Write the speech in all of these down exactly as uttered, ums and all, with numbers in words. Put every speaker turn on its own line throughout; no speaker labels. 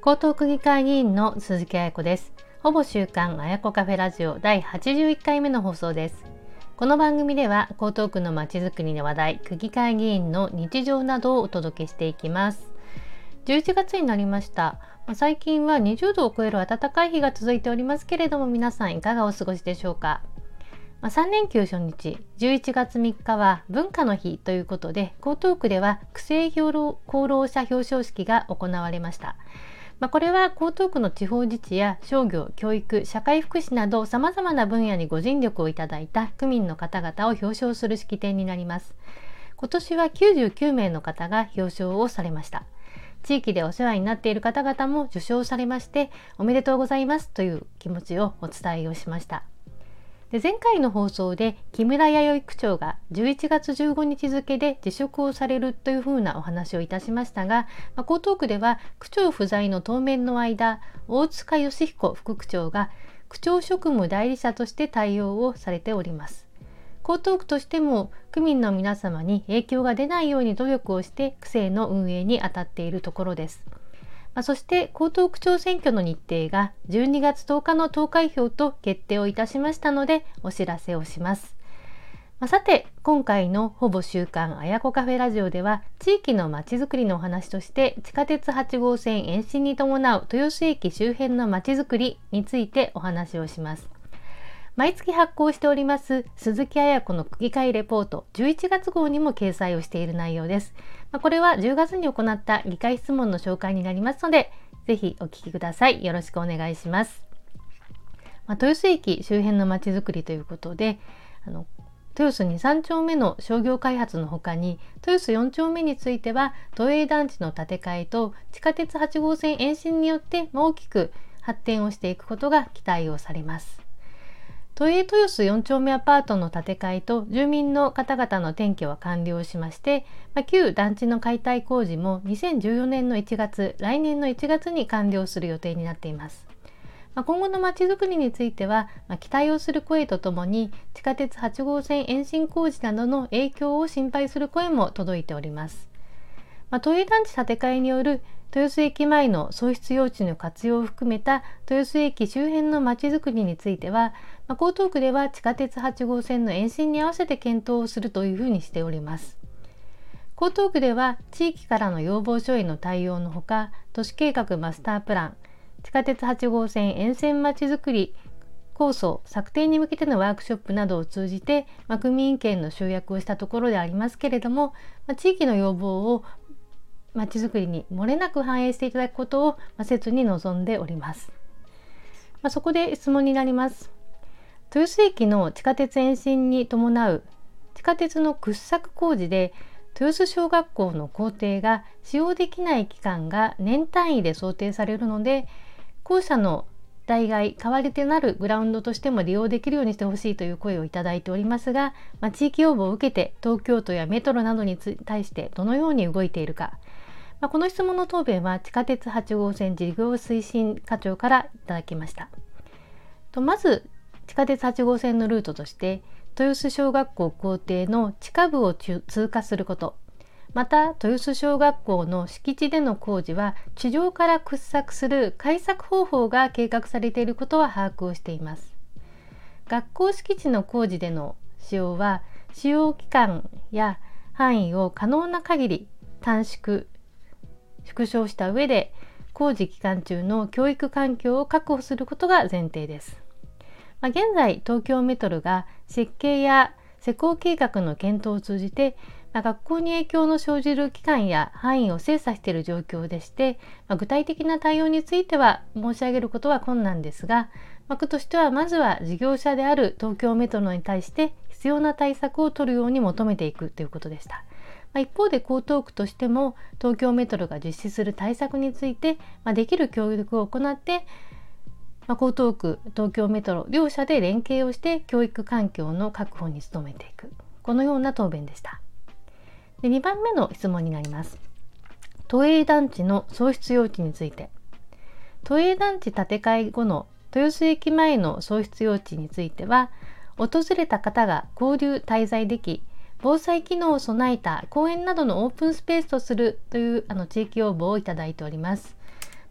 江東区議会議員の鈴木彩子です。ほぼ週刊彩子カフェラジオだいはちじゅういっかいめの放送です。この番組では江東区のまちづくりの話題、区議会議員の日常などをお届けしていきます。じゅういちがつになりました。最近はにじゅうどを超える暖かい日が続いておりますけれども、皆さんいかがお過ごしでしょうか。さん連休初日じゅういちがつみっかは文化の日ということで、江東区では区政功労者表彰式が行われました。まあ、これは江東区の地方自治や商業、教育、社会福祉などさまざまな分野にご尽力をいただいた区民の方々を表彰する式典になります。今年はきゅうじゅうきゅうめいの方が表彰をされました。地域でお世話になっている方々も受賞されまして、おめでとうございますという気持ちをお伝えをしました。で前回の放送で木村弥生区長がじゅういちがつじゅうごにち付で辞職をされるというふうなお話をいたしましたが、まあ、江東区では区長不在の当面の間、大塚義彦副区長が区長職務代理者として対応をされております。江東区としても区民の皆様に影響が出ないように努力をして区政の運営に当たっているところです。そして江東区長選挙の日程がじゅうにがつとおかの投開票と決定をいたしましたので、お知らせをします。さて、今回のほぼ週刊彩子カフェラジオでは、地域のまちづくりのお話として地下鉄はちごうせん延伸に伴う豊洲駅周辺のまちづくりについてお話をします。毎月発行しております鈴木彩子の区議会レポートじゅういちがつごうにも掲載をしている内容です。これはじゅうがつに行った議会質問の紹介になりますので、ぜひお聞きください。よろしくお願いします。まあ、豊洲駅周辺のまちづくりということで、あの豊洲に、さんちょうめの商業開発のほかに、豊洲よんちょうめについては都営団地の建て替えと地下鉄はちごうせん延伸によって大きく発展をしていくことが期待をされます。都営豊洲よんちょうめアパートの建て替えと住民の方々の転居は完了しまして、まあ、旧団地の解体工事もにせんじゅうよねんのいちがつ、来年のいちがつに完了する予定になっています。まあ、今後のまちづくりについては、まあ、期待をする声とともに地下鉄はちごうせん延伸工事などの影響を心配する声も届いております。まあ、都営団地建て替えによる豊洲駅前の創出用地の活用を含めた豊洲駅周辺のまちづくりについては、まあ、江東区では地下鉄はちごうせんの延伸に合わせて検討をするというふうにしております。江東区では地域からの要望書への対応のほか、都市計画マスタープラン、地下鉄はちごうせん沿線まちづくり構想策定に向けてのワークショップなどを通じて、まあ、区民意見の集約をしたところでありますけれども、まあ、地域の要望をまちづくりに漏れなく反映していただくことを、まあ、切に望んでおります。まあ、そこで質問になります。豊洲駅の地下鉄延伸に伴う地下鉄の掘削工事で豊洲小学校の校庭が使用できない期間が年単位で想定されるので、校舎の代替代わりとなるグラウンドとしても利用できるようにしてほしいという声をいただいておりますが、まあ、地域要望を受けて東京都やメトロなどに対してどのように動いているか、まあ、この質問の答弁は地下鉄はちごうせん事業推進課長からいただきました。とまず地下鉄はちごうせんのルートとして豊洲小学校校庭の地下部を通過すること、また豊洲小学校の敷地での工事は地上から掘削する開削方法が計画されていることは把握をしています。学校敷地の工事での使用は使用期間や範囲を可能な限り短縮縮小した上で工事期間中の教育環境を確保することが前提です。まあ、現在東京メトロが設計や施工計画の検討を通じて、まあ、学校に影響の生じる期間や範囲を精査している状況でして、まあ、具体的な対応については申し上げることは困難ですが、まあ、区としてはまずは事業者である東京メトロに対して必要な対策を取るように求めていくということでした。まあ、一方で江東区としても東京メトロが実施する対策について、まあ、できる協力を行って、まあ、江東区、東京メトロ両社で連携をして教育環境の確保に努めていく、このような答弁でした。でにばんめの質問になります。都営団地の創出用地について、都営団地建て替え後の豊洲駅前の創出用地については、訪れた方が交流滞在でき、防災機能を備えた公園などのオープンスペースとするというあの地域要望をいただいております。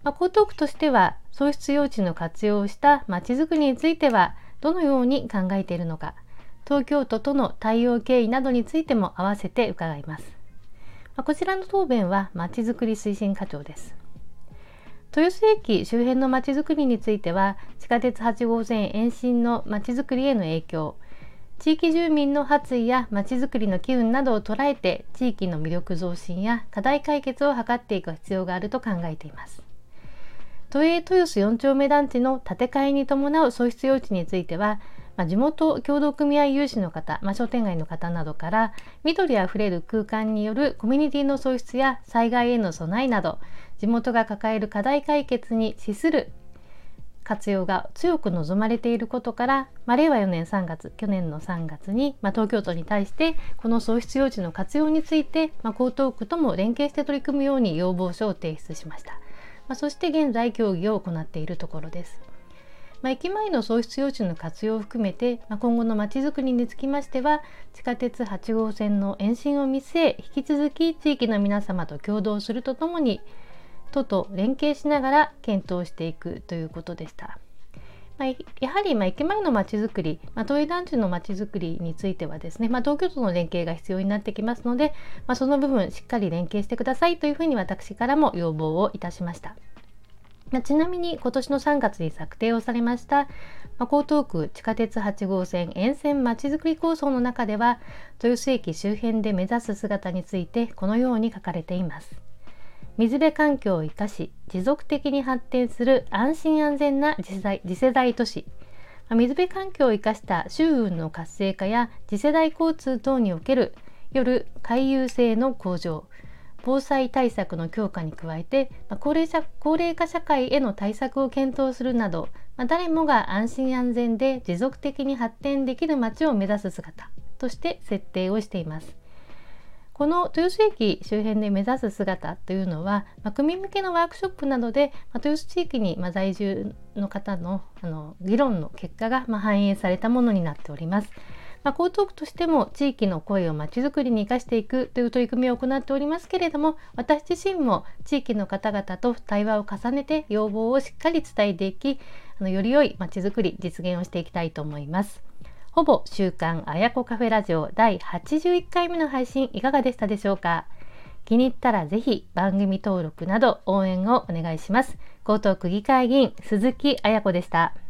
まあ、江東区としては創出用地の活用をしたまちづくりについてはどのように考えているのか、東京都との対応経緯などについても合わせて伺います。まあ、こちらの答弁はまちづくり推進課長です。豊洲駅周辺のまちづくりについては、地下鉄はち号線延伸のまちづくりへの影響、地域住民の発意やまちづくりの機運などを捉えて、地域の魅力増進や課題解決を図っていく必要があると考えています。都営豊洲よん丁目団地の建て替えに伴う創出用地については、まあ、地元協同組合有志の方、まあ、商店街の方などから緑あふれる空間によるコミュニティの創出や災害への備えなど、地元が抱える課題解決に資する活用が強く望まれていることから、まあ、れいわよねんさんがつ、去年のさんがつに、まあ、東京都に対してこの創出用地の活用について、まあ、江東区とも連携して取り組むように要望書を提出しました。まあ、そして現在協議を行っているところです。まあ、駅前の創出用地の活用を含めて、まあ、今後のまちづくりにつきましては、地下鉄はち号線の延伸を見据え、引き続き地域の皆様と協働するとともに、都と連携しながら検討していくということでした。まあ、やはりまあ駅前のまちづくり、まあ、都営団地のまちづくりについてはですね、まあ、東京都の連携が必要になってきますので、まあ、その部分しっかり連携してくださいというふうに私からも要望をいたしました。まあ、ちなみに今年のさんがつに策定をされました、まあ、江東区地下鉄はち号線沿線まちづくり構想の中では、豊洲駅周辺で目指す姿についてこのように書かれています。水辺環境を生かし持続的に発展する安心安全な次世代、次世代都市、水辺環境を生かした周運の活性化や次世代交通等における夜回遊性の向上、防災対策の強化に加えて、高齢者、高齢化社会への対策を検討するなど、誰もが安心安全で持続的に発展できる街を目指す姿として設定をしています。この豊洲駅周辺で目指す姿というのは、まあ、区民向けのワークショップなどで、まあ、豊洲地域に、まあ、在住の方の、あの議論の結果が、まあ、反映されたものになっております。まあ、江東区としても地域の声をまちづくりに生かしていくという取り組みを行っておりますけれども、私自身も地域の方々と対話を重ねて要望をしっかり伝えていき、あのより良いまちづくり実現をしていきたいと思います。ほぼ週刊あやこカフェラジオだいはちじゅういっかいめの配信いかがでしたでしょうか。気に入ったらぜひ番組登録など応援をお願いします。江東区議会議員鈴木あやこでした。